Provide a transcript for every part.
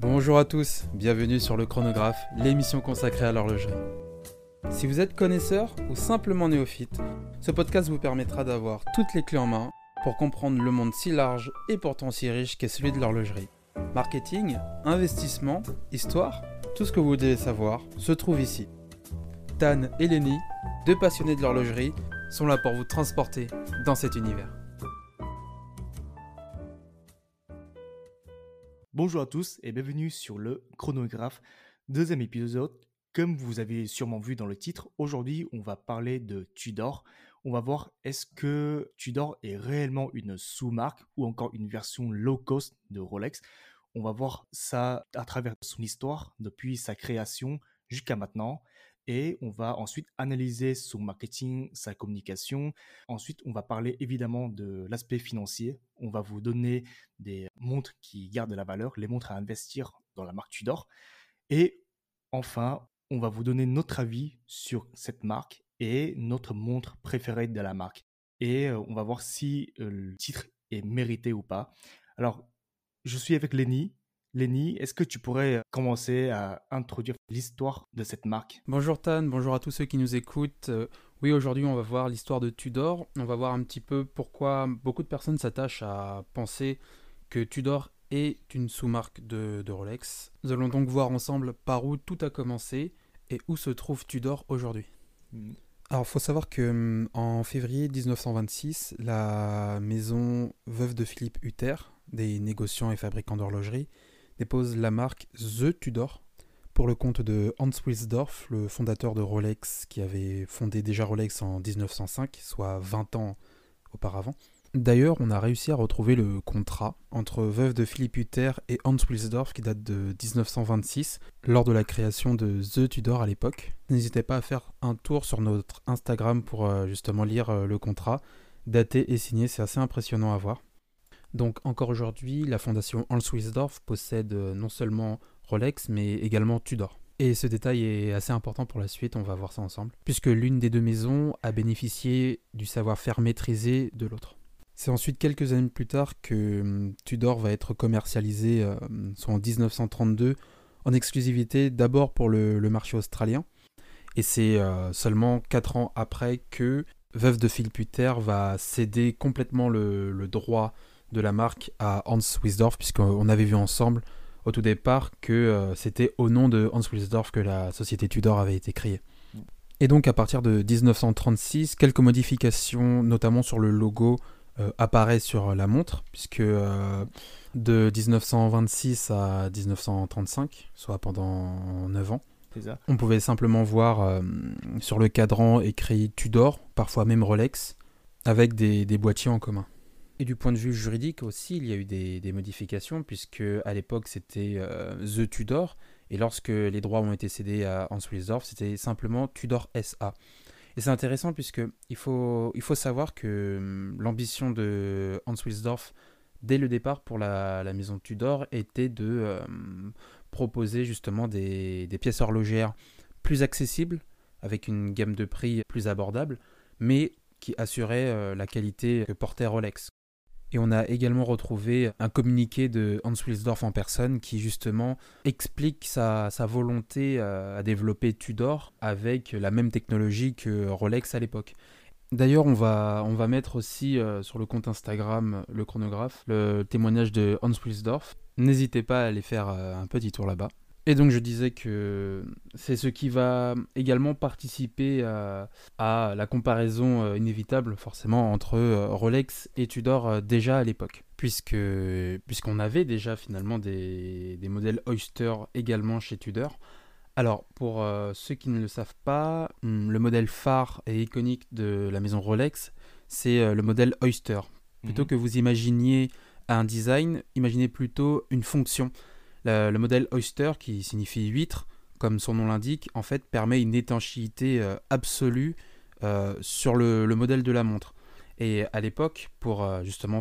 Bonjour à tous, bienvenue sur le Chronographe, l'émission consacrée à l'horlogerie. Si vous êtes connaisseur ou simplement néophyte, ce podcast vous permettra d'avoir toutes les clés en main pour comprendre le monde si large et pourtant si riche qu'est celui de l'horlogerie. Marketing, investissement, histoire, tout ce que vous devez savoir se trouve ici. Tan et Lenny, deux passionnés de l'horlogerie, sont là pour vous transporter dans cet univers. Bonjour à tous et bienvenue sur le Chronographe, deuxième épisode. Comme vous avez sûrement vu dans le titre, aujourd'hui on va parler de Tudor. On va voir est-ce que Tudor est réellement une sous-marque ou encore une version low cost de Rolex. On va voir ça à travers son histoire depuis sa création jusqu'à maintenant. Et on va ensuite analyser son marketing, sa communication. Ensuite, on va parler évidemment de l'aspect financier. On va vous donner des montres qui gardent la valeur, les montres à investir dans la marque Tudor. Et enfin, on va vous donner notre avis sur cette marque et notre montre préférée de la marque. Et on va voir si le titre est mérité ou pas. Alors, je suis avec Lenny. Lenny, est-ce que tu pourrais commencer à introduire l'histoire de cette marque ? Bonjour Tan, bonjour à tous ceux qui nous écoutent. Oui, aujourd'hui on va voir l'histoire de Tudor. On va voir un petit peu pourquoi beaucoup de personnes s'attachent à penser que Tudor est une sous-marque de Rolex. Nous allons donc voir ensemble par où tout a commencé et où se trouve Tudor aujourd'hui. Alors, il faut savoir que en février 1926, la maison veuve de Philippe Hutter, des négociants et fabricants d'horlogerie, dépose la marque The Tudor pour le compte de Hans Wilsdorf, le fondateur de Rolex, qui avait fondé déjà Rolex en 1905, soit 20 ans auparavant. D'ailleurs, on a réussi à retrouver le contrat entre veuve de Philippe Hutter et Hans Wilsdorf qui date de 1926, lors de la création de The Tudor à l'époque. N'hésitez pas à faire un tour sur notre Instagram pour justement lire le contrat, daté et signé, c'est assez impressionnant à voir. Donc encore aujourd'hui, la fondation Hans Wilsdorf possède non seulement Rolex, mais également Tudor. Et ce détail est assez important pour la suite, on va voir ça ensemble, puisque l'une des deux maisons a bénéficié du savoir-faire maîtrisé de l'autre. C'est ensuite quelques années plus tard que Tudor va être commercialisé, soit en 1932, en exclusivité d'abord pour le marché australien. Et c'est seulement 4 ans après que veuve de Philippe Hutter va céder complètement le droit de la marque à Hans Wilsdorf, puisqu'on avait vu ensemble au tout départ que c'était au nom de Hans Wilsdorf que la société Tudor avait été créée. Et donc à partir de 1936, quelques modifications, notamment sur le logo, apparaissent sur la montre, puisque de 1926 à 1935, soit pendant 9 ans, on pouvait simplement voir sur le cadran écrit Tudor, parfois même Rolex, avec des boîtiers en commun. Et du point de vue juridique aussi, il y a eu des modifications, puisque à l'époque c'était The Tudor, et lorsque les droits ont été cédés à Hans Wilsdorf, c'était simplement Tudor SA. Et c'est intéressant puisqu'il faut savoir que l'ambition de Hans Wilsdorf, dès le départ pour la maison Tudor, était de proposer justement des pièces horlogères plus accessibles, avec une gamme de prix plus abordable, mais qui assuraient la qualité que portait Rolex. Et on a également retrouvé un communiqué de Hans Wilsdorf en personne qui justement explique sa volonté à développer Tudor avec la même technologie que Rolex à l'époque. D'ailleurs, on va mettre aussi sur le compte Instagram Le Chronographe le témoignage de Hans Wilsdorf. N'hésitez pas à aller faire un petit tour là-bas. Et donc je disais que c'est ce qui va également participer à la comparaison inévitable forcément entre Rolex et Tudor déjà à l'époque. Puisqu'on avait déjà finalement des modèles Oyster également chez Tudor. Alors pour ceux qui ne le savent pas, le modèle phare et iconique de la maison Rolex, c'est le modèle Oyster. Plutôt que vous imaginiez un design, imaginez plutôt une fonction. Le modèle Oyster, qui signifie huître, comme son nom l'indique, en fait, permet une étanchéité absolue sur le modèle de la montre. Et à l'époque, pour justement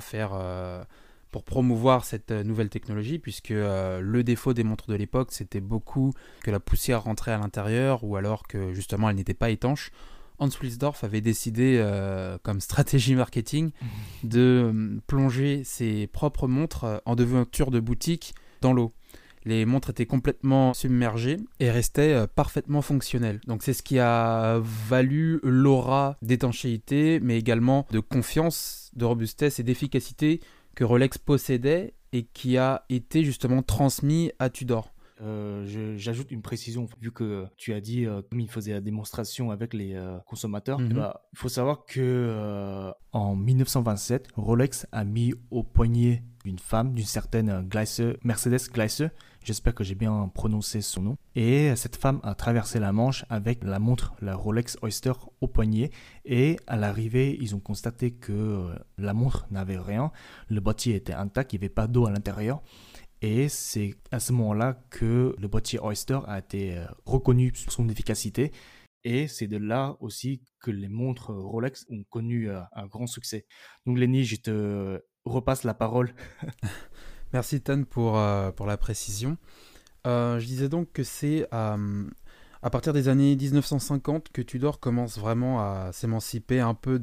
pour promouvoir cette nouvelle technologie, puisque le défaut des montres de l'époque, c'était beaucoup que la poussière rentrait à l'intérieur, ou alors que justement elle n'était pas étanche, Hans Wilsdorf avait décidé, comme stratégie marketing, de plonger ses propres montres en devanture de boutique dans l'eau. Les montres étaient complètement submergées et restaient parfaitement fonctionnelles. Donc c'est ce qui a valu l'aura d'étanchéité, mais également de confiance, de robustesse et d'efficacité que Rolex possédait et qui a été justement transmis à Tudor. J'ajoute une précision, vu que tu as dit comme il faisait la démonstration avec les consommateurs. Mhm. Il faut savoir que en 1927, Rolex a mis au poignet d'une femme, d'une certaine Mercedes Gleiser. J'espère que j'ai bien prononcé son nom. Et cette femme a traversé la Manche avec la montre, la Rolex Oyster, au poignet. Et à l'arrivée, ils ont constaté que la montre n'avait rien. Le boîtier était intact, il n'y avait pas d'eau à l'intérieur. Et c'est à ce moment-là que le boîtier Oyster a été reconnu pour son efficacité. Et c'est de là aussi que les montres Rolex ont connu un grand succès. Donc Lenny, je te repasse la parole. Merci Tan pour la précision. Je disais donc que c'est à partir des années 1950 que Tudor commence vraiment à s'émanciper un peu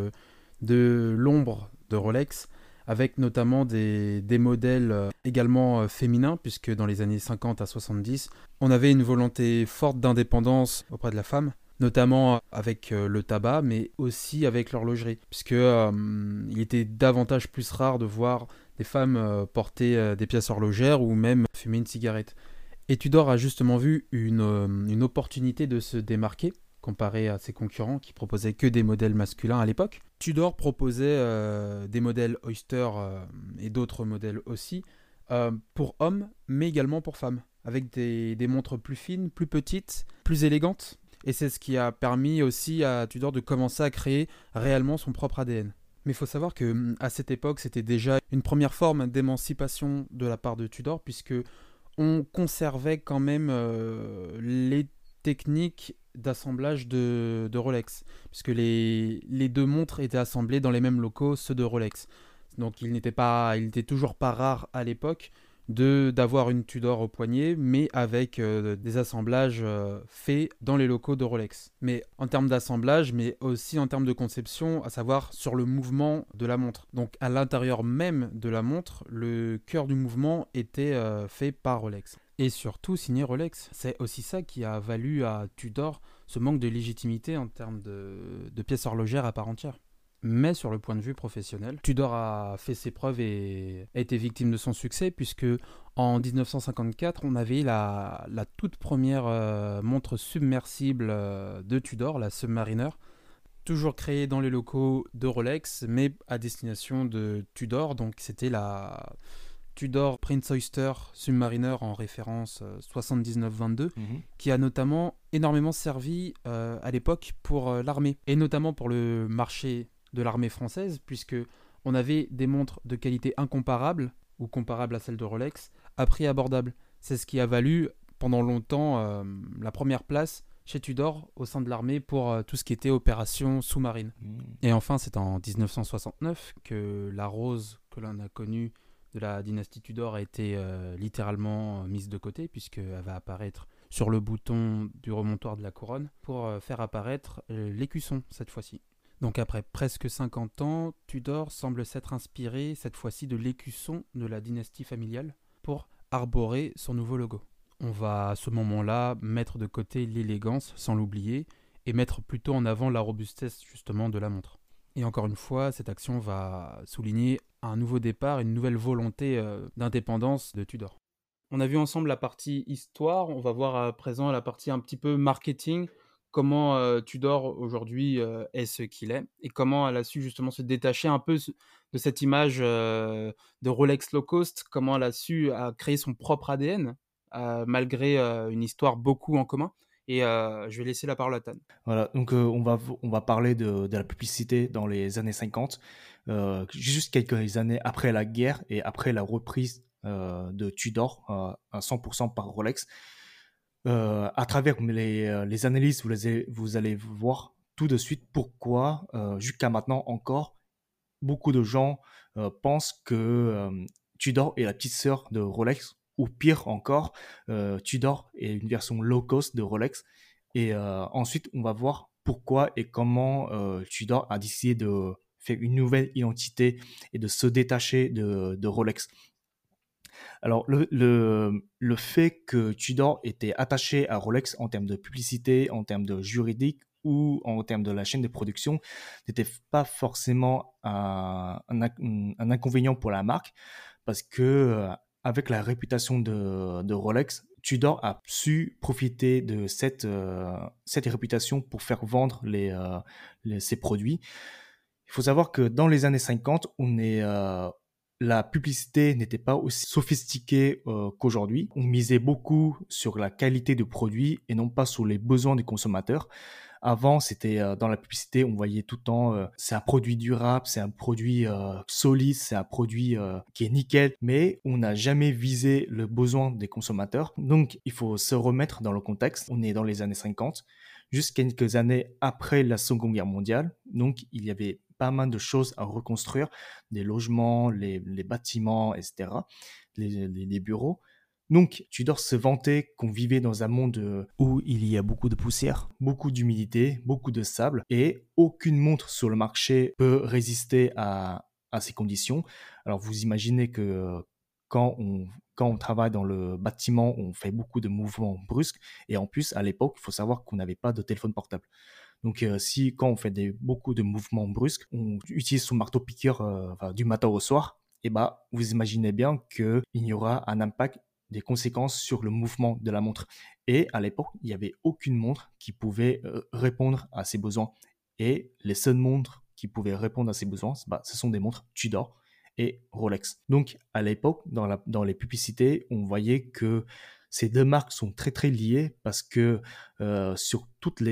de l'ombre de Rolex, avec notamment des modèles également féminins, puisque dans les années 50 à 70, on avait une volonté forte d'indépendance auprès de la femme, notamment avec le tabac, mais aussi avec l'horlogerie, puisque il était davantage plus rare de voir des femmes porter des pièces horlogères ou même fumer une cigarette. Et Tudor a justement vu une opportunité de se démarquer comparé à ses concurrents qui proposaient que des modèles masculins à l'époque. Tudor proposait des modèles Oyster et d'autres modèles aussi pour hommes, mais également pour femmes, avec des montres plus fines, plus petites, plus élégantes. Et c'est ce qui a permis aussi à Tudor de commencer à créer réellement son propre ADN. Mais il faut savoir que à cette époque, c'était déjà une première forme d'émancipation de la part de Tudor, puisque on conservait quand même les techniques d'assemblage de Rolex, puisque les deux montres étaient assemblées dans les mêmes locaux, ceux de Rolex. Donc il n'était toujours pas rare à l'époque d'avoir une Tudor au poignet, mais avec des assemblages faits dans les locaux de Rolex. Mais en termes d'assemblage, mais aussi en termes de conception, à savoir sur le mouvement de la montre. Donc à l'intérieur même de la montre, le cœur du mouvement était fait par Rolex. Et surtout signé Rolex. C'est aussi ça qui a valu à Tudor ce manque de légitimité en termes de pièces horlogères à part entière. Mais sur le point de vue professionnel, Tudor a fait ses preuves et a été victime de son succès, puisque en 1954, on avait la toute première montre submersible de Tudor, la Submariner, toujours créée dans les locaux de Rolex, mais à destination de Tudor. Donc c'était la Tudor Prince Oyster Submariner en référence 7922, qui a notamment énormément servi à l'époque pour l'armée, et notamment pour le marché de l'armée française, puisque on avait des montres de qualité incomparable, ou comparable à celles de Rolex, à prix abordable. C'est ce qui a valu pendant longtemps la première place chez Tudor au sein de l'armée pour tout ce qui était opération sous-marine. Et enfin, c'est en 1969 que la rose que l'on a connue de la dynastie Tudor a été littéralement mise de côté, puisqu'elle va apparaître sur le bouton du remontoir de la couronne pour faire apparaître l'écusson cette fois-ci. Donc après presque 50 ans, Tudor semble s'être inspiré cette fois-ci de l'écusson de la dynastie familiale pour arborer son nouveau logo. On va à ce moment-là mettre de côté l'élégance sans l'oublier et mettre plutôt en avant la robustesse justement de la montre. Et encore une fois, cette action va souligner un nouveau départ, une nouvelle volonté d'indépendance de Tudor. On a vu ensemble la partie histoire, on va voir à présent la partie un petit peu marketing, comment Tudor aujourd'hui est ce qu'il est et comment elle a su justement se détacher un peu de cette image de Rolex low cost, comment elle a su créer son propre ADN malgré une histoire beaucoup en commun. Et je vais laisser la parole à Tan. Voilà, donc on va parler de la publicité dans les années 50, juste quelques années après la guerre et après la reprise de Tudor à 100% par Rolex. À travers les analyses, vous allez voir tout de suite pourquoi, jusqu'à maintenant encore, beaucoup de gens pensent que Tudor est la petite sœur de Rolex, ou pire encore, Tudor est une version low cost de Rolex. Et ensuite, on va voir pourquoi et comment Tudor a décidé de faire une nouvelle identité et de se détacher de Rolex. Alors, le fait que Tudor était attaché à Rolex en termes de publicité, en termes de juridique ou en termes de la chaîne de production n'était pas forcément un inconvénient pour la marque parce que avec la réputation de Rolex, Tudor a su profiter de cette réputation pour faire vendre ses produits. Il faut savoir que dans les années 50, la publicité n'était pas aussi sophistiquée qu'aujourd'hui. On misait beaucoup sur la qualité du produit et non pas sur les besoins des consommateurs. Avant, c'était dans la publicité, on voyait tout le temps, c'est un produit durable, c'est un produit solide, c'est un produit qui est nickel, mais on n'a jamais visé le besoin des consommateurs. Donc, il faut se remettre dans le contexte. On est dans les années 50, juste quelques années après la Seconde Guerre mondiale. Donc, il y avait pas mal de choses à reconstruire, des logements, les bâtiments, etc., les bureaux. Donc, Tudor se vantait qu'on vivait dans un monde où il y a beaucoup de poussière, beaucoup d'humidité, beaucoup de sable, et aucune montre sur le marché peut résister à ces conditions. Alors, vous imaginez que quand on travaille dans le bâtiment, on fait beaucoup de mouvements brusques, et en plus, à l'époque, il faut savoir qu'on n'avait pas de téléphone portable. Donc, si quand on fait beaucoup de mouvements brusques, on utilise son marteau-piqueur du matin au soir, et bah, vous imaginez bien qu'il y aura un impact des conséquences sur le mouvement de la montre. Et à l'époque, il n'y avait aucune montre qui pouvait répondre à ces besoins. Et les seules montres qui pouvaient répondre à ces besoins, bah, ce sont des montres Tudor et Rolex. Donc, à l'époque, dans les publicités, on voyait que ces deux marques sont très très liées parce que sur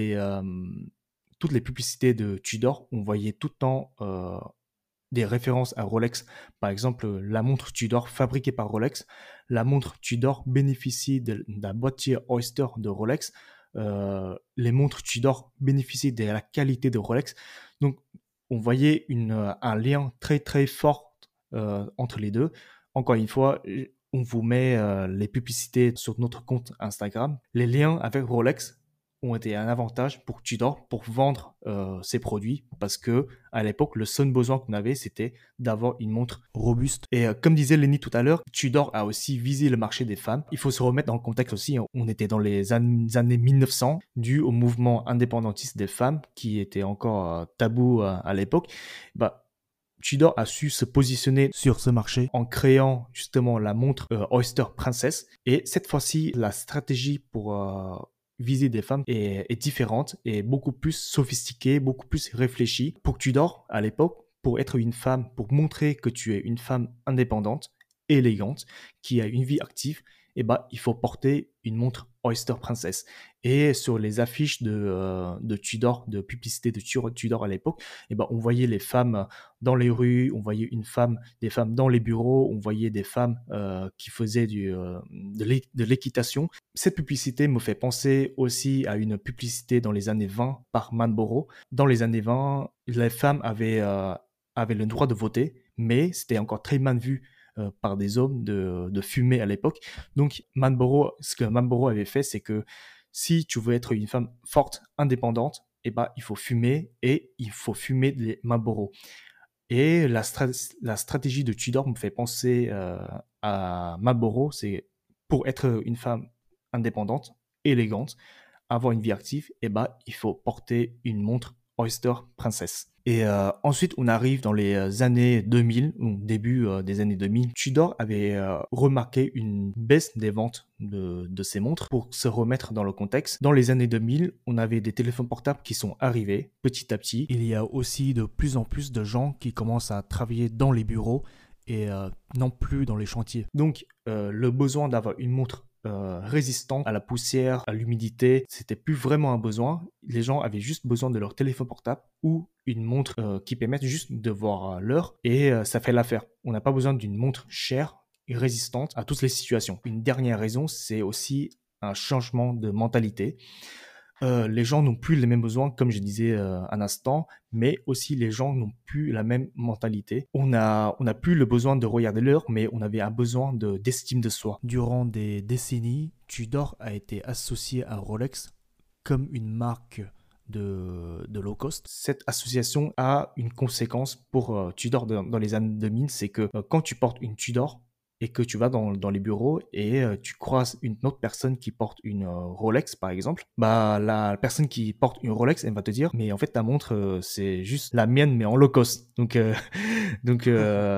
toutes les publicités de Tudor, on voyait tout le temps des références à Rolex. Par exemple, la montre Tudor fabriquée par Rolex. La montre Tudor bénéficie d'un boîtier Oyster de Rolex. Les montres Tudor bénéficient de la qualité de Rolex. Donc, on voyait un lien très très fort entre les deux. Encore une fois, on vous met les publicités sur notre compte Instagram. Les liens avec Rolex ont été un avantage pour Tudor pour vendre ses produits parce que à l'époque, le seul besoin qu'on avait, c'était d'avoir une montre robuste. Et comme disait Lenny tout à l'heure, Tudor a aussi visé le marché des femmes. Il faut se remettre dans le contexte aussi. On était dans les années 1900, dû au mouvement indépendantiste des femmes qui était encore tabou à l'époque. Bah, Tudor a su se positionner sur ce marché en créant justement la montre Oyster Princess. Et cette fois-ci, la stratégie pour viser des femmes est différente et beaucoup plus sophistiquée, beaucoup plus réfléchie. Pour Tudor, à l'époque, pour être une femme, pour montrer que tu es une femme indépendante, élégante, qui a une vie active, eh ben, il faut porter une montre Oyster Princess. Et sur les affiches de Tudor, de publicité de Tudor à l'époque, eh ben, on voyait les femmes dans les rues, on voyait des femmes dans les bureaux, on voyait des femmes qui faisaient de l'équitation. Cette publicité me fait penser aussi à une publicité dans les années 20 par Marlboro. Dans les années 20, les femmes avaient le droit de voter, mais c'était encore très mal vu par des hommes de fumer à l'époque. Donc, ce que Marlboro avait fait, c'est que si tu veux être une femme forte, indépendante, eh ben, il faut fumer et il faut fumer des Marlboro. Et la stratégie de Tudor me fait penser à Marlboro, c'est pour être une femme indépendante, élégante, avoir une vie active, eh ben, il faut porter une montre Oyster Princess. Et ensuite, on arrive dans les années 2000, donc début des années 2000. Tudor avait remarqué une baisse des ventes de ces montres. Pour se remettre dans le contexte, dans les années 2000, on avait des téléphones portables qui sont arrivés petit à petit. Il y a aussi de plus en plus de gens qui commencent à travailler dans les bureaux et non plus dans les chantiers. Donc, le besoin d'avoir une montre résistante à la poussière, à l'humidité, c'était plus vraiment un besoin. Les gens avaient juste besoin de leur téléphone portable ou une montre qui permette juste de voir l'heure et ça fait l'affaire. On n'a pas besoin d'une montre chère et résistante à toutes les situations. Une dernière raison, c'est aussi un changement de mentalité. Les gens n'ont plus les mêmes besoins, comme je disais un instant, mais aussi les gens n'ont plus la même mentalité. On a plus le besoin de regarder l'heure, mais on avait un besoin d'estime de soi. Durant des décennies, Tudor a été associé à Rolex comme une marque de low cost. Cette association a une conséquence pour Tudor dans les années 2000, c'est que quand tu portes une Tudor, et que tu vas dans les bureaux et tu croises une autre personne qui porte une Rolex, par exemple, bah la personne qui porte une Rolex, elle va te dire, mais en fait ta montre, c'est juste la mienne, mais en low cost. Donc, donc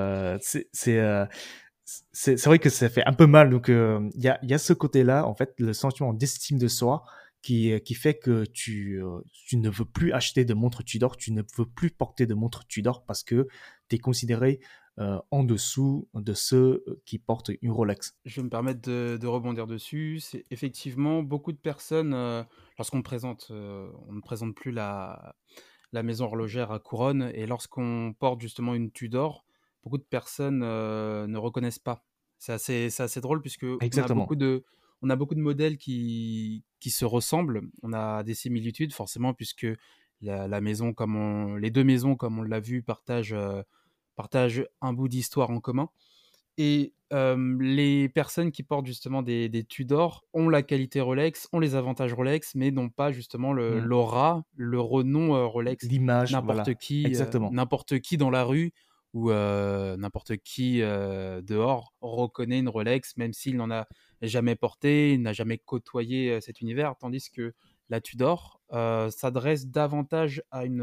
c'est vrai que ça fait un peu mal. Donc, il y a ce côté-là, en fait, le sentiment d'estime de soi qui fait que tu ne veux plus acheter de montre Tudor, tu ne veux plus porter de montre Tudor parce que tu es considéré en dessous de ceux qui portent une Rolex. Je vais me permettre de rebondir dessus. C'est effectivement beaucoup de personnes, lorsqu'on présente, on ne présente plus la maison horlogère à couronne, et lorsqu'on porte justement une Tudor, beaucoup de personnes ne reconnaissent pas. C'est assez drôle puisque Exactement. on a beaucoup de modèles qui se ressemblent. On a des similitudes forcément puisque la maison, les deux maisons, comme on l'a vu, partagent un bout d'histoire en commun. Et les personnes qui portent justement des Tudor ont la qualité Rolex, ont les avantages Rolex, mais n'ont pas justement Mm. l'aura, le renom Rolex. L'image, voilà. Exactement. N'importe qui dans la rue ou n'importe qui dehors reconnaît une Rolex, même s'il n'en a jamais porté, il n'a jamais côtoyé cet univers, tandis que la Tudor s'adresse davantage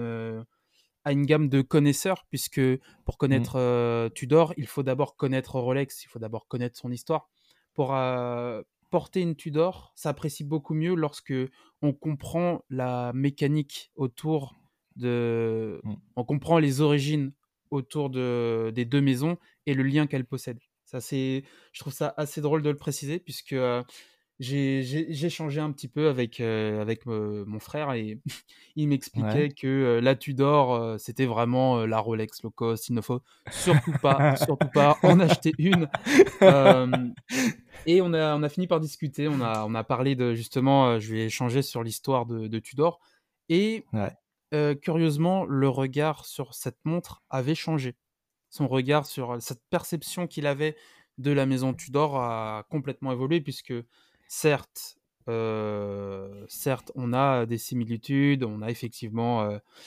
à une gamme de connaisseurs, puisque pour Mm. connaître Tudor, il faut d'abord connaître Rolex, il faut d'abord connaître son histoire. Pour porter une Tudor, ça apprécie beaucoup mieux lorsque on comprend la mécanique autour de... Mm. On comprend les origines autour des deux maisons et le lien qu'elles possèdent. Je trouve ça assez drôle de le préciser, puisque j'ai changé un petit peu avec mon frère, et il Ouais. m'expliquait que la Tudor, c'était vraiment la Rolex low cost. Il ne faut surtout pas en acheter une. Euh, et on a fini par discuter. On a parlé de justement, je lui ai échangé sur l'histoire de Tudor. Et Ouais. curieusement, le regard sur cette montre avait changé. Son regard sur cette perception qu'il avait de la maison Tudor a complètement évolué, puisque certes, certes, on a des similitudes, on a effectivement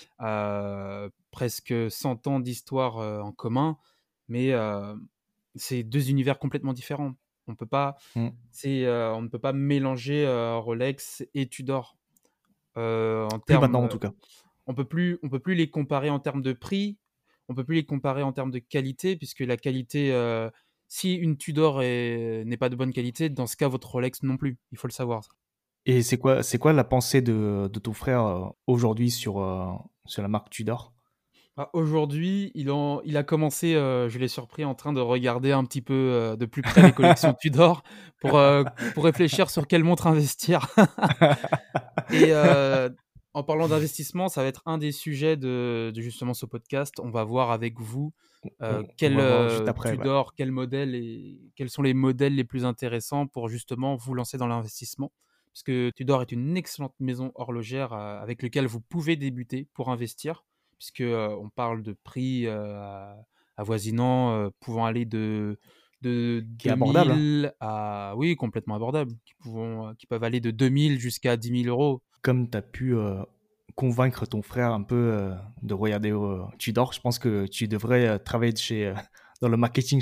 presque 100 ans d'histoire en commun, mais c'est deux univers complètement différents. On peut pas, Mm. on ne peut pas mélanger Rolex et Tudor en Plus termes maintenant, en tout cas. on peut plus les comparer en termes de prix, on peut plus les comparer en termes de qualité, puisque la qualité, si une Tudor n'est pas de bonne qualité, dans ce cas, votre Rolex non plus. Il faut le savoir. Ça. Et c'est quoi la pensée de ton frère aujourd'hui sur la marque Tudor? Ah, aujourd'hui, il a commencé, je l'ai surpris en train de regarder un petit peu de plus près les collections Tudor pour réfléchir sur quelle montre investir. Et en parlant d'investissement, ça va être un des sujets de justement ce podcast. On va voir avec vous On quel va voir juste après, ouais. Tudor, quel modèle et quels sont les modèles les plus intéressants pour justement vous lancer dans l'investissement. Parce que Tudor est une excellente maison horlogère avec laquelle vous pouvez débuter pour investir, puisque on parle de prix avoisinant, pouvant aller de Qui est abordable, hein. 2000 à... Oui, complètement abordable, qui peuvent aller de 2000 jusqu'à 10 000 euros. Comme tu as pu convaincre ton frère un peu de regarder Tudor, je pense que tu devrais travailler dans le marketing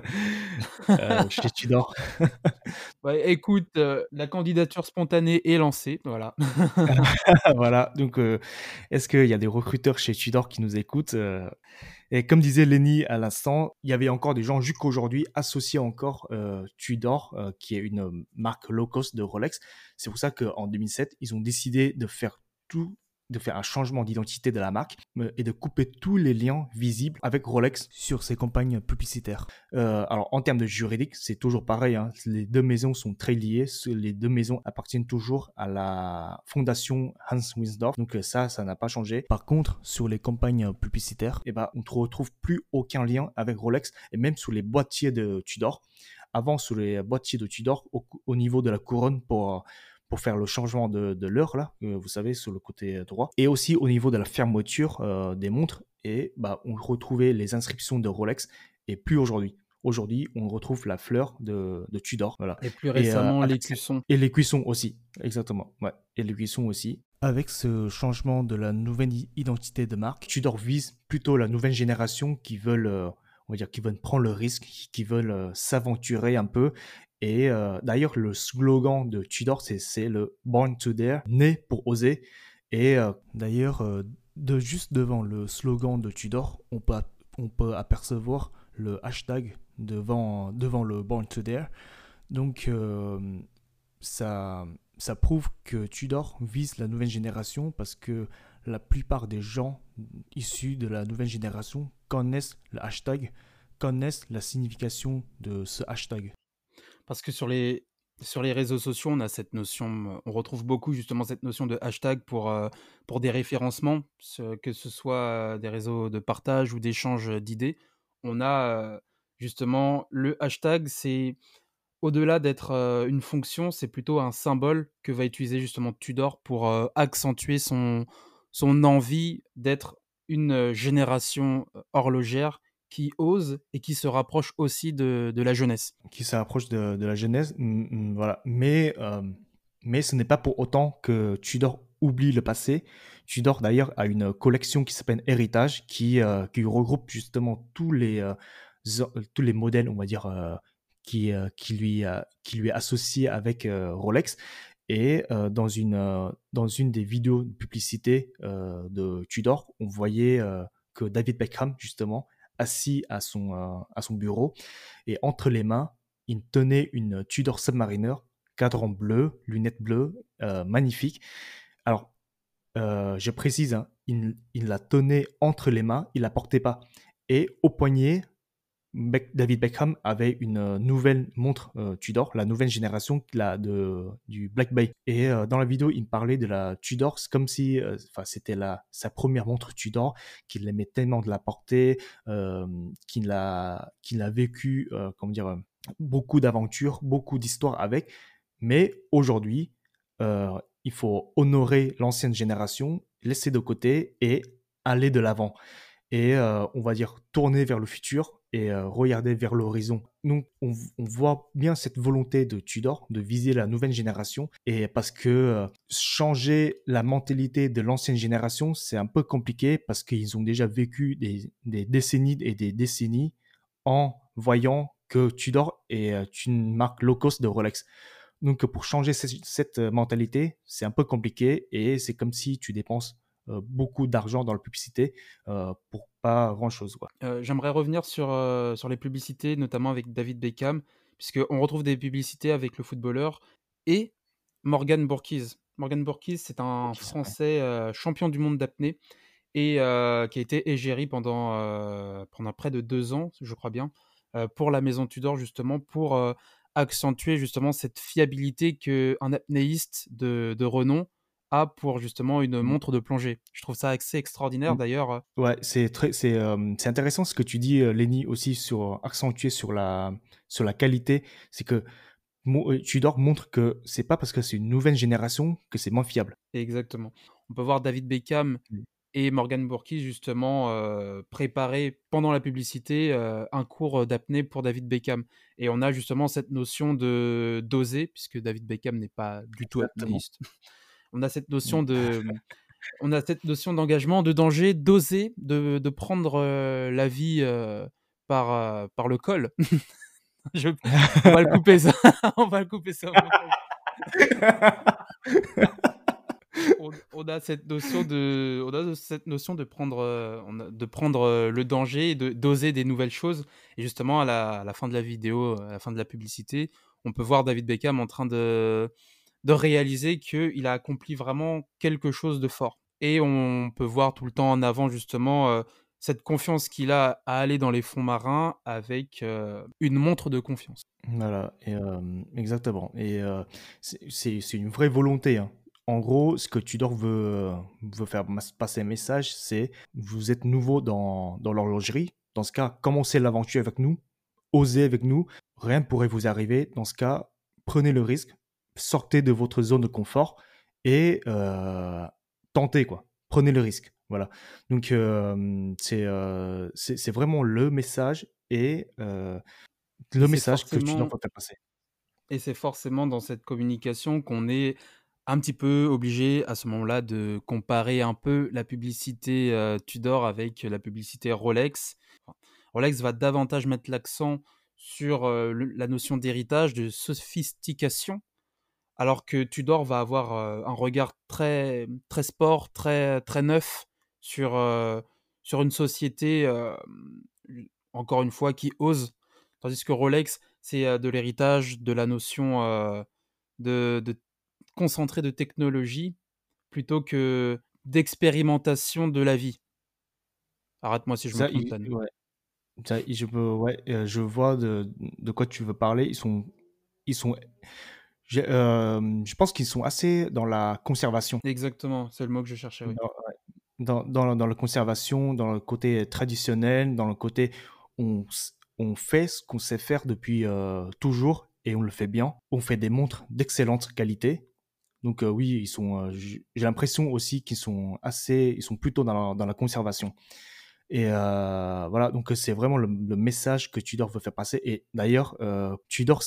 chez Tudor. Ouais, écoute, la candidature spontanée est lancée, voilà. Voilà, donc est-ce qu'il y a des recruteurs chez Tudor qui nous écoutent et comme disait Lenny à l'instant, il y avait encore des gens jusqu'aujourd'hui associés encore Tudor, qui est une marque low cost de Rolex. C'est pour ça qu'en 2007, ils ont décidé de faire tout, de faire un changement d'identité de la marque et de couper tous les liens visibles avec Rolex sur ses campagnes publicitaires. Alors en termes de juridique, c'est toujours pareil, hein. Les deux maisons sont très liées. Les deux maisons appartiennent toujours à la fondation Hans Wilsdorf. Donc ça n'a pas changé. Par contre, sur les campagnes publicitaires, eh ben, on ne retrouve plus aucun lien avec Rolex et même sur les boîtiers de Tudor. Avant, sur les boîtiers de Tudor, au niveau de la couronne pour faire le changement de l'heure, là, vous savez, sur le côté droit. Et aussi au niveau de la fermeture des montres. Et bah, on retrouvait les inscriptions de Rolex et plus aujourd'hui. Aujourd'hui, on retrouve la fleur de Tudor. Voilà. Et plus Et, récemment, les cuissons. et les cuissons aussi, exactement. Ouais. Et les cuissons aussi. Avec ce changement de la nouvelle identité de marque, Tudor vise plutôt la nouvelle génération qui veulent, on va dire, qui veulent prendre le risque, qui veulent s'aventurer un peu. Et d'ailleurs, le slogan de Tudor, c'est le Born to Dare, né pour oser. Et d'ailleurs, juste devant le slogan de Tudor, on peut apercevoir le hashtag devant le Born to Dare. Donc, ça, ça prouve que Tudor vise la nouvelle génération parce que la plupart des gens issus de la nouvelle génération connaissent le hashtag, connaissent la signification de ce hashtag. Parce que sur les réseaux sociaux, on a cette notion, on retrouve beaucoup justement cette notion de hashtag pour des référencements, que ce soit des réseaux de partage ou d'échange d'idées. On a justement le hashtag, c'est au-delà d'être une fonction, c'est plutôt un symbole que va utiliser justement Tudor pour accentuer son envie d'être une génération horlogère qui ose et qui se rapproche aussi de la jeunesse. Qui s'approche de la Genèse, voilà. Mais ce n'est pas pour autant que Tudor oublie le passé. Tudor d'ailleurs a une collection qui s'appelle Héritage, qui regroupe justement tous les modèles, on va dire, qui lui est associé avec Rolex. Et dans une des vidéos de publicité de Tudor, on voyait que David Beckham, justement, assis à son bureau, et entre les mains, il tenait une Tudor Submariner, cadran bleu, lunettes bleues, magnifique. Alors, je précise, hein, il la tenait entre les mains, il la portait pas. Et au poignet, David Beckham avait une nouvelle montre Tudor, la nouvelle génération du Black Bay. Et dans la vidéo, il me parlait de la Tudor, c'est comme si c'était sa première montre Tudor, qu'il aimait tellement de la porter, qu'il a vécu comment dire, beaucoup d'aventures, beaucoup d'histoires avec. Mais aujourd'hui, il faut honorer l'ancienne génération, laisser de côté et aller de l'avant et on va dire tourner vers le futur et regarder vers l'horizon. Donc on voit bien cette volonté de Tudor de viser la nouvelle génération et parce que changer la mentalité de l'ancienne génération, c'est un peu compliqué parce qu'ils ont déjà vécu des décennies et des décennies en voyant que Tudor est une marque low cost de Rolex. Donc pour changer cette mentalité, c'est un peu compliqué et c'est comme si tu dépenses beaucoup d'argent dans la publicité pour pas grand-chose, quoi. J'aimerais revenir sur les publicités, notamment avec David Beckham, puisqu'on retrouve des publicités avec le footballeur et Morgan Bourkiz. Morgan Bourkiz, c'est un OK, ouais. Français champion du monde d'apnée et qui a été égérie pendant près de 2 ans, je crois bien, pour la Maison Tudor, justement, pour accentuer justement cette fiabilité qu'un apnéiste de renom a pour justement une Mmh. montre de plongée. Je trouve ça assez extraordinaire Mmh. d'ailleurs. Ouais, c'est intéressant ce que tu dis, Lenny, aussi sur accentuer sur la qualité. C'est que Tudor montre que c'est pas parce que c'est une nouvelle génération que c'est moins fiable. Exactement. On peut voir David Beckham Mmh. et Morgan Bourki justement, préparer pendant la publicité, un cours, d'apnée pour David Beckham et on a justement cette notion de d'oser puisque David Beckham n'est pas du tout Exactement. apnéiste. On a cette Mmh. notion d'engagement, de danger, d'oser, de prendre, la vie, par le col. Je On va le couper ça, on va le couper ça au montage. On a cette notion de prendre, de prendre, le danger et d'oser des nouvelles choses et justement à la fin de la vidéo, à la fin de la publicité, on peut voir David Beckham en train de réaliser qu'il a accompli vraiment quelque chose de fort et on peut voir tout le temps en avant justement, cette confiance qu'il a à aller dans les fonds marins avec, une montre de confiance. Voilà et exactement et c'est une vraie volonté, hein. En gros, ce que Tudor veut faire passer un message, c'est: «Vous êtes nouveau dans l'horlogerie. Dans ce cas, commencez l'aventure avec nous, osez avec nous, rien ne pourrait vous arriver. Dans ce cas, prenez le risque, sortez de votre zone de confort et tentez quoi. Prenez le risque». Voilà. Donc c'est vraiment le message et Et le c'est message que Tudor forcément veut faire passer. Et c'est forcément dans cette communication qu'on est un petit peu obligé à ce moment-là de comparer un peu la publicité Tudor avec la publicité Rolex. Enfin, Rolex va davantage mettre l'accent sur la notion d'héritage, de sophistication, alors que Tudor va avoir un regard très, très sport, très, très neuf sur, sur une société, encore une fois, qui ose. Tandis que Rolex, c'est de l'héritage, de la notion de concentré de technologie plutôt que d'expérimentation de la vie. Arrête-moi si je me Ça, trompe, Tan. ouais, je peux, ouais, je vois de quoi tu veux parler. Ils sont, je pense qu'ils sont assez dans la conservation. Exactement, c'est le mot que je cherchais, oui. Dans la conservation, dans le côté traditionnel, dans le côté on fait ce qu'on sait faire depuis toujours et on le fait bien. On fait des montres d'excellente qualité. Donc oui, j'ai l'impression aussi ils sont plutôt dans la conservation. Et voilà, donc c'est vraiment le message que Tudor veut faire passer. Et d'ailleurs, Tudor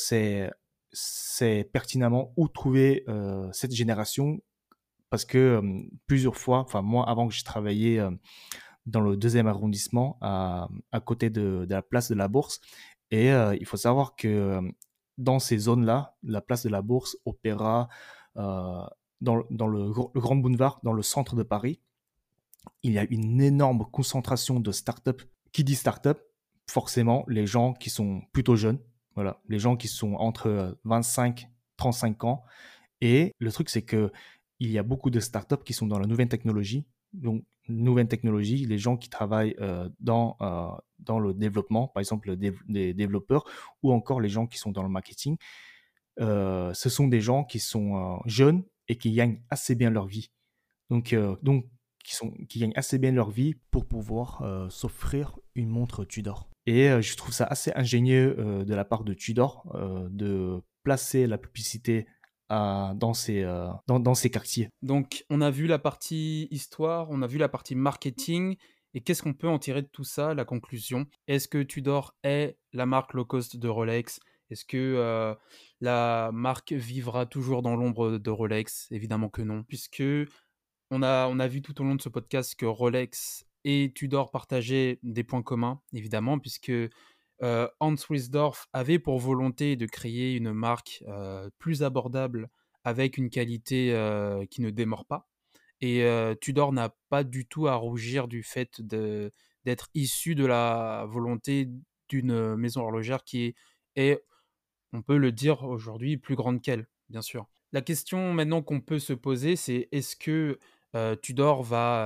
sait pertinemment où trouver cette génération parce que plusieurs fois, enfin moi avant que je travaillais dans le deuxième arrondissement à côté de la place de la Bourse, et il faut savoir que dans ces zones-là, la place de la Bourse, Opéra, euh, dans le Grand Boulevard, dans le centre de Paris, il y a une énorme concentration de startups. Qui dit startup, forcément les gens qui sont plutôt jeunes, voilà, les gens qui sont entre 25 35 ans. Et le truc, c'est que il y a beaucoup de startups qui sont dans la nouvelle technologie. Donc, nouvelle technologie, les gens qui travaillent dans le développement, par exemple les développeurs, ou encore les gens qui sont dans le marketing, ce sont des gens qui sont jeunes et qui gagnent assez bien leur vie. Donc qui gagnent assez bien leur vie pour pouvoir s'offrir une montre Tudor. Et je trouve ça assez ingénieux de la part de Tudor de placer la publicité dans ces quartiers. Donc, on a vu la partie histoire, on a vu la partie marketing, et qu'est-ce qu'on peut en tirer de tout ça, la conclusion? Est-ce que Tudor est la marque low cost de Rolex? Est-ce que la marque vivra toujours dans l'ombre de Rolex? Évidemment que non, puisque on a vu tout au long de ce podcast que Rolex et Tudor partageaient des points communs, évidemment, puisque Hans Wilsdorf avait pour volonté de créer une marque plus abordable avec une qualité qui ne démord pas. Et Tudor n'a pas du tout à rougir du fait d'être issu de la volonté d'une maison horlogère est, on peut le dire aujourd'hui, plus grande qu'elle, bien sûr. La question maintenant qu'on peut se poser, c'est est-ce que Tudor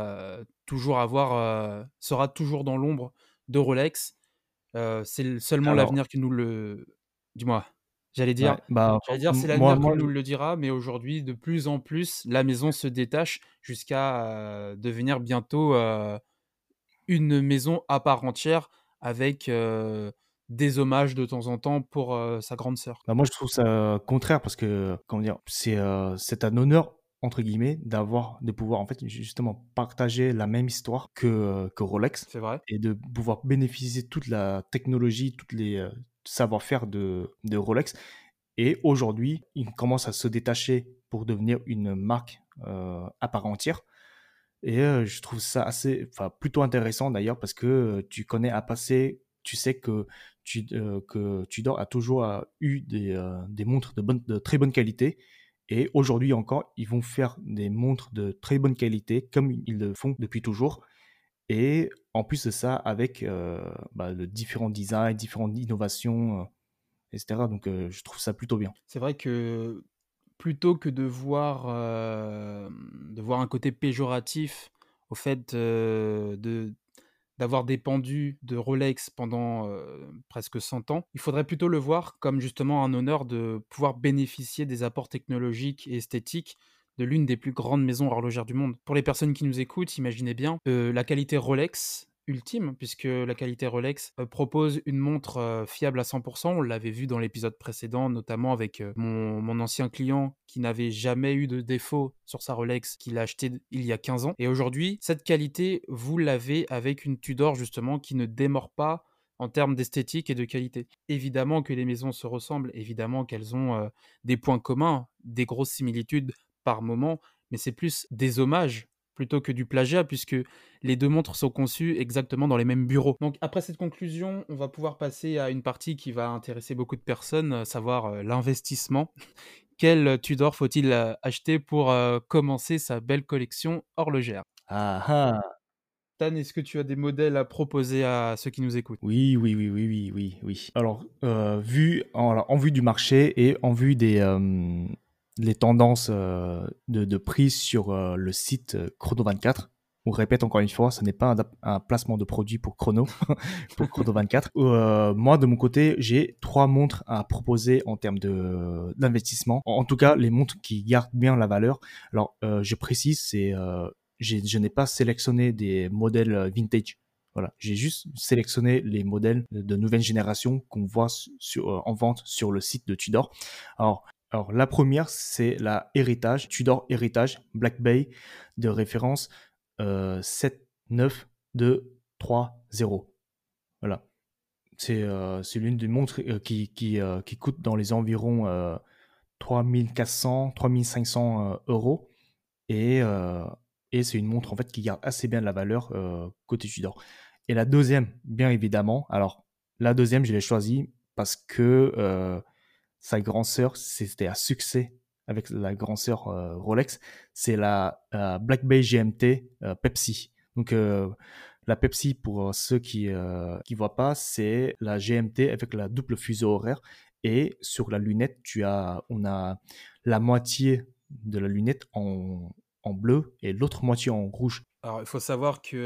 sera toujours dans l'ombre de Rolex? C'est seulement Alors, l'avenir qui nous le dis-moi. J'allais dire ouais, bah, j'allais dire c'est moi, l'avenir qui moi, nous le dira, mais aujourd'hui, de plus en plus, la maison se détache jusqu'à, devenir bientôt, une maison à part entière avec, des hommages de temps en temps pour, sa grande sœur. moi, je trouve ça contraire parce que, comment dire, c'est un honneur entre guillemets de pouvoir en fait justement partager la même histoire que Rolex C'est vrai, et de pouvoir bénéficier de toute la technologie, toutes les savoir-faire de Rolex. Et aujourd'hui, il commence à se détacher pour devenir une marque à part entière. Et je trouve ça assez, enfin, plutôt intéressant d'ailleurs parce que tu connais un passé, tu sais que Tudor a toujours eu des montres de très bonne qualité. Et aujourd'hui encore, ils vont faire des montres de très bonne qualité comme ils le font depuis toujours. Et en plus de ça, avec le différents designs, différentes innovations, etc. Donc je trouve ça plutôt bien. c'est vrai que plutôt que de voir un côté péjoratif au fait, d'avoir dépendu de Rolex pendant, presque 100 ans, il faudrait plutôt le voir comme justement un honneur de pouvoir bénéficier des apports technologiques et esthétiques de l'une des plus grandes maisons horlogères du monde. Pour les personnes qui nous écoutent, imaginez bien, la qualité Rolex ultime, puisque la qualité Rolex, propose une montre, fiable à 100. On l'avait vu dans l'épisode précédent, notamment avec, mon ancien client qui n'avait jamais eu de défaut sur sa Rolex qu'il a acheté il y a 15 ans. Et aujourd'hui, cette qualité, vous l'avez avec une Tudor justement qui ne démord pas en termes d'esthétique et de qualité. Évidemment que les maisons se ressemblent, évidemment qu'elles ont, des points communs, des grosses similitudes par moment, mais c'est plus des hommages plutôt que du plagiat, puisque les deux montres sont conçues exactement dans les mêmes bureaux. Donc après cette conclusion, on va pouvoir passer à une partie qui va intéresser beaucoup de personnes, savoir l'investissement. Quel Tudor faut-il acheter pour commencer sa belle collection horlogère? Ah ah! Tan, est-ce que tu as des modèles à proposer à ceux qui nous écoutent? Oui, oui, oui, oui, oui, oui, oui. Alors, en vue du marché et en vue les tendances de prix sur le site Chrono24. On répète encore une fois, ce n'est pas un placement de produit pour Chrono, pour Chrono24. Moi, de mon côté, j'ai trois montres à proposer en termes d'investissement. En tout cas, les montres qui gardent bien la valeur. Alors, je précise, je n'ai pas sélectionné des modèles vintage. Voilà, j'ai juste sélectionné les modèles de nouvelle génération qu'on voit en vente sur le site de Tudor. Alors la première, c'est la Heritage, Tudor Heritage Black Bay de référence 79230. Voilà, c'est l'une des montres qui coûte dans les environs 3400, 3500 euros. Et, euh, et c'est une montre en fait qui garde assez bien la valeur côté Tudor. Et la deuxième, bien évidemment, alors la deuxième, je l'ai choisie parce que sa grande sœur, c'était un succès avec la grande sœur Rolex, c'est la Black Bay GMT Pepsi. Donc la Pepsi, pour ceux qui voient pas, c'est la GMT avec la double fuseau horaire. Et sur la lunette, on a la moitié de la lunette en bleu et l'autre moitié en rouge. Alors, il faut savoir que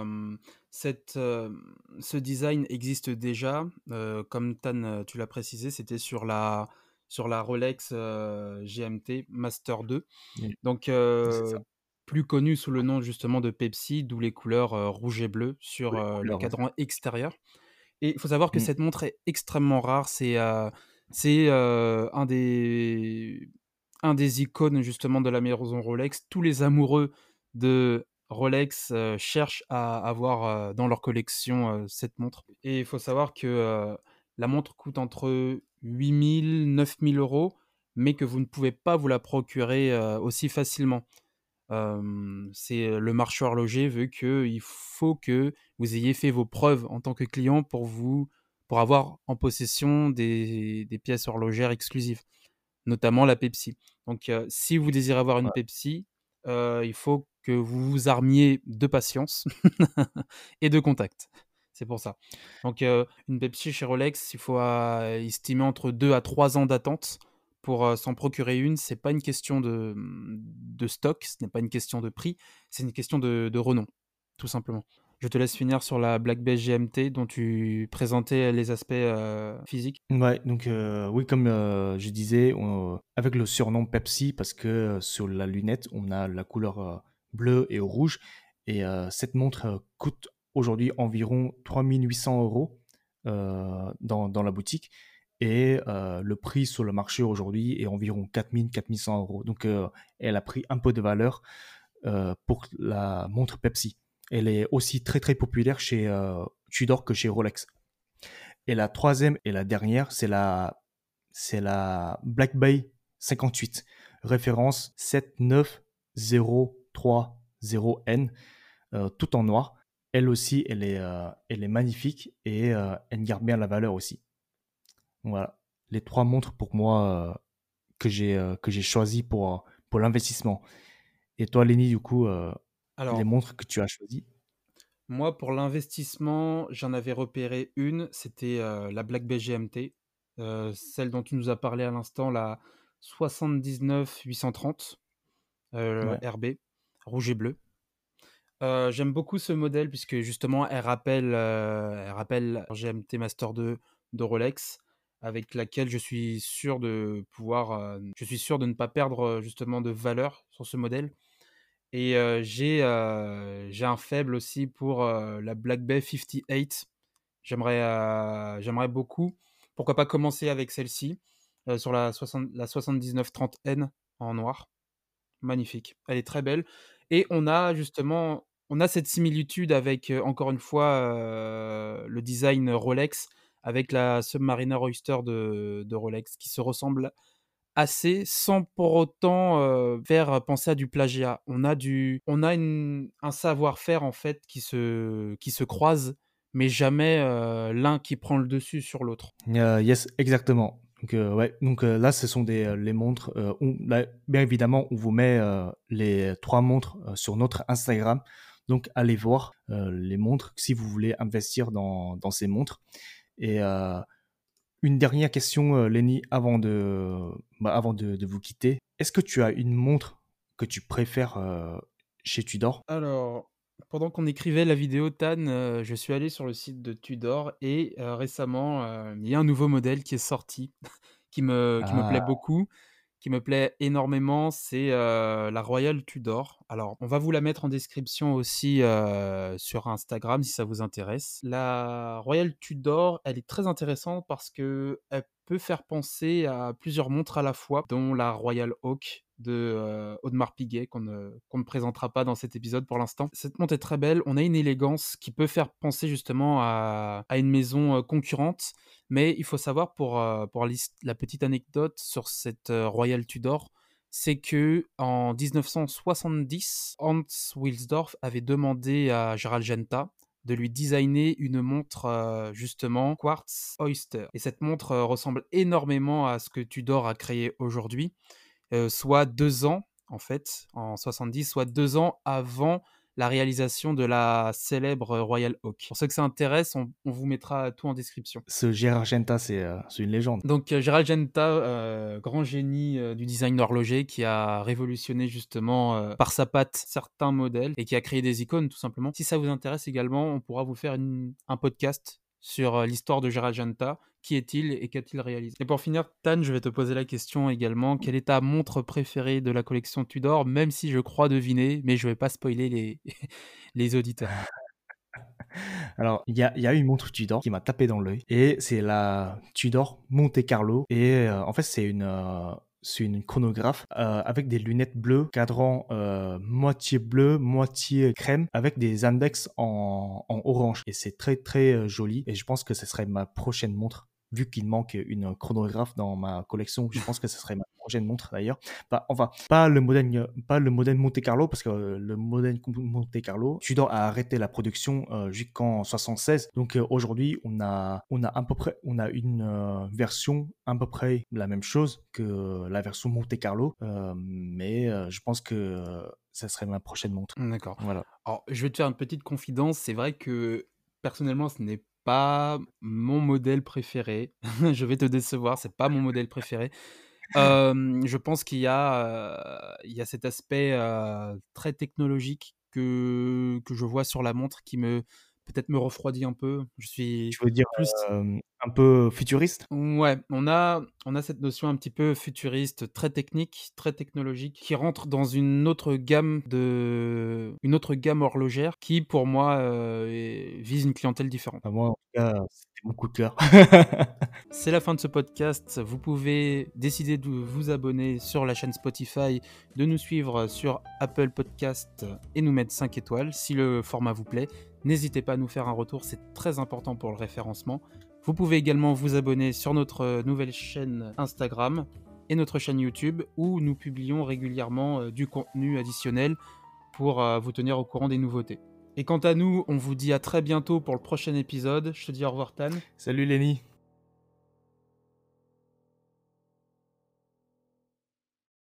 ce design existe déjà. Comme Tan, tu l'as précisé, c'était sur la Rolex GMT Master 2. Mm. Donc, C'est ça. plus connu sous le nom justement de Pepsi, d'où les couleurs rouge et bleu sur Les le couleurs, ouais. cadran extérieur. Et il faut savoir que Mm. cette montre est extrêmement rare. C'est un des icônes justement de la maison Rolex. Tous les amoureux de Rolex cherchent à avoir dans leur collection cette montre. Et il faut savoir que la montre coûte entre 8 000 9 000 euros, mais que vous ne pouvez pas vous la procurer aussi facilement. C'est le marché horloger veut qu'il faut que vous ayez fait vos preuves en tant que client pour avoir en possession des pièces horlogères exclusives, notamment la Pepsi. Donc, si vous désirez avoir une Ouais. Pepsi, il faut que vous vous armiez de patience et de contact. C'est pour ça. Donc, une Pepsi chez Rolex, il faut estimer entre 2 à 3 ans d'attente pour s'en procurer une. C'est pas une question de stock, ce n'est pas une question de prix, c'est une question de renom, tout simplement. Je te laisse finir sur la Black Bay GMT dont tu présentais les aspects physiques. Ouais, donc oui, comme je disais, avec le surnom Pepsi, parce que sur la lunette, on a la couleur bleue et rouge. Et cette montre coûte aujourd'hui environ 3800 euros dans la boutique. Et le prix sur le marché aujourd'hui est environ 4000, 4100 euros. Donc elle a pris un peu de valeur pour la montre Pepsi. Elle est aussi très très populaire chez Tudor que chez Rolex. Et la troisième et la dernière, c'est la Black Bay 58, référence 79030N, tout en noir. Elle aussi, elle est magnifique et elle garde bien la valeur aussi. Voilà, les trois montres pour moi que j'ai choisi pour l'investissement. Et toi, Lenny, du coup, les Alors, montres que tu as choisies? moi, pour l'investissement, j'en avais repéré une, c'était la Black Bay GMT, celle dont tu nous as parlé à l'instant, la 79830 Ouais, RB, rouge et bleu. J'aime beaucoup ce modèle puisque justement elle rappelle la GMT Master 2 de Rolex, avec laquelle je suis sûr de ne pas perdre justement de valeur sur ce modèle. Et j'ai un faible aussi pour la Black Bay 58. J'aimerais beaucoup. Pourquoi pas commencer avec celle-ci, sur la 7930N en noir. Magnifique. Elle est très belle. Et on a cette similitude avec, encore une fois, le design Rolex avec la Submariner Oyster de Rolex qui se ressemble assez sans pour autant faire penser à du plagiat. On a un savoir-faire en fait qui se croise, mais jamais l'un qui prend le dessus sur l'autre. Yes, exactement. Donc, ouais, donc là, ce sont les montres. Là, bien évidemment, on vous met les 3 montres sur notre Instagram. Donc, allez voir les montres si vous voulez investir dans ces montres. Et une dernière question, Lenny, avant de vous quitter. Est-ce que tu as une montre que tu préfères chez Tudor? Alors, pendant qu'on écrivait la vidéo, Tan, je suis allé sur le site de Tudor et récemment, il y a un nouveau modèle qui est sorti qui me plaît Ah, beaucoup, qui me plaît énormément, c'est, la Royal Tudor. Alors, on va vous la mettre en description aussi, sur Instagram si ça vous intéresse. La Royal Tudor, elle est très intéressante parce qu'elle peut faire penser à plusieurs montres à la fois, dont la Royal Oak de, Audemars Piguet qu'on ne présentera pas dans cet épisode pour l'instant. Cette montre est très belle, on a une élégance qui peut faire penser justement à une maison, concurrente, mais il faut savoir pour la petite anecdote sur cette Royal Tudor, c'est que en 1970, Hans Wilsdorf avait demandé à Gerald Genta de lui designer une montre justement Quartz Oyster. Et cette montre ressemble énormément à ce que Tudor a créé aujourd'hui, soit 2 ans en fait, en 70, soit 2 ans avant la réalisation de la célèbre Royal Oak. Pour ceux que ça intéresse, on vous mettra tout en description. ce Gérard Genta, c'est une légende. Donc, Gerald Genta, grand génie, du design horloger qui a révolutionné justement, par sa patte certains modèles et qui a créé des icônes tout simplement. Si ça vous intéresse également, on pourra vous faire un podcast sur, l'histoire de Gerald Genta. Qui est-il et qu'a-t-il réalisé? Et pour finir, Tan, je vais te poser la question également. Quelle est ta montre préférée de la collection Tudor? Même si je crois deviner, mais je vais pas spoiler les les auditeurs. Alors, il y a une montre Tudor qui m'a tapé dans l'œil et c'est la Tudor Monte Carlo et en fait, c'est une chronographe avec des lunettes bleues, cadran moitié bleu, moitié crème, avec des index en orange. Et c'est très très joli et je pense que ce serait ma prochaine montre. Vu qu'il manque une chronographe dans ma collection, je pense que ce serait ma prochaine montre d'ailleurs. Enfin, pas le modèle Monte Carlo, parce que le modèle Monte Carlo, Tudor a arrêté la production jusqu'en 76. Donc aujourd'hui, on a à peu près, on a une version à peu près la même chose que la version Monte Carlo, mais je pense que ça serait ma prochaine montre. Mmh, d'accord. Voilà. Alors, je vais te faire une petite confidence. C'est vrai que personnellement, ce n'est pas mon modèle préféré. Je vais te décevoir, c'est pas mon modèle préféré. Je pense il y a cet aspect, très technologique que je vois sur la montre qui peut-être me refroidit un peu. Je suis Tu veux dire plus un peu futuriste? Ouais, on a cette notion un petit peu futuriste, très technique, très technologique, qui rentre dans une autre gamme horlogère qui, pour moi, vise une clientèle différente. Moi, en tout cas, c'était mon coup de cœur. C'est la fin de ce podcast. Vous pouvez décider de vous abonner sur la chaîne Spotify, de nous suivre sur Apple Podcast et nous mettre 5 étoiles si le format vous plaît. N'hésitez pas à nous faire un retour, c'est très important pour le référencement. Vous pouvez également vous abonner sur notre nouvelle chaîne Instagram et notre chaîne YouTube où nous publions régulièrement du contenu additionnel pour vous tenir au courant des nouveautés. Et quant à nous, on vous dit à très bientôt pour le prochain épisode. Je te dis au revoir Tan. Salut Lenny.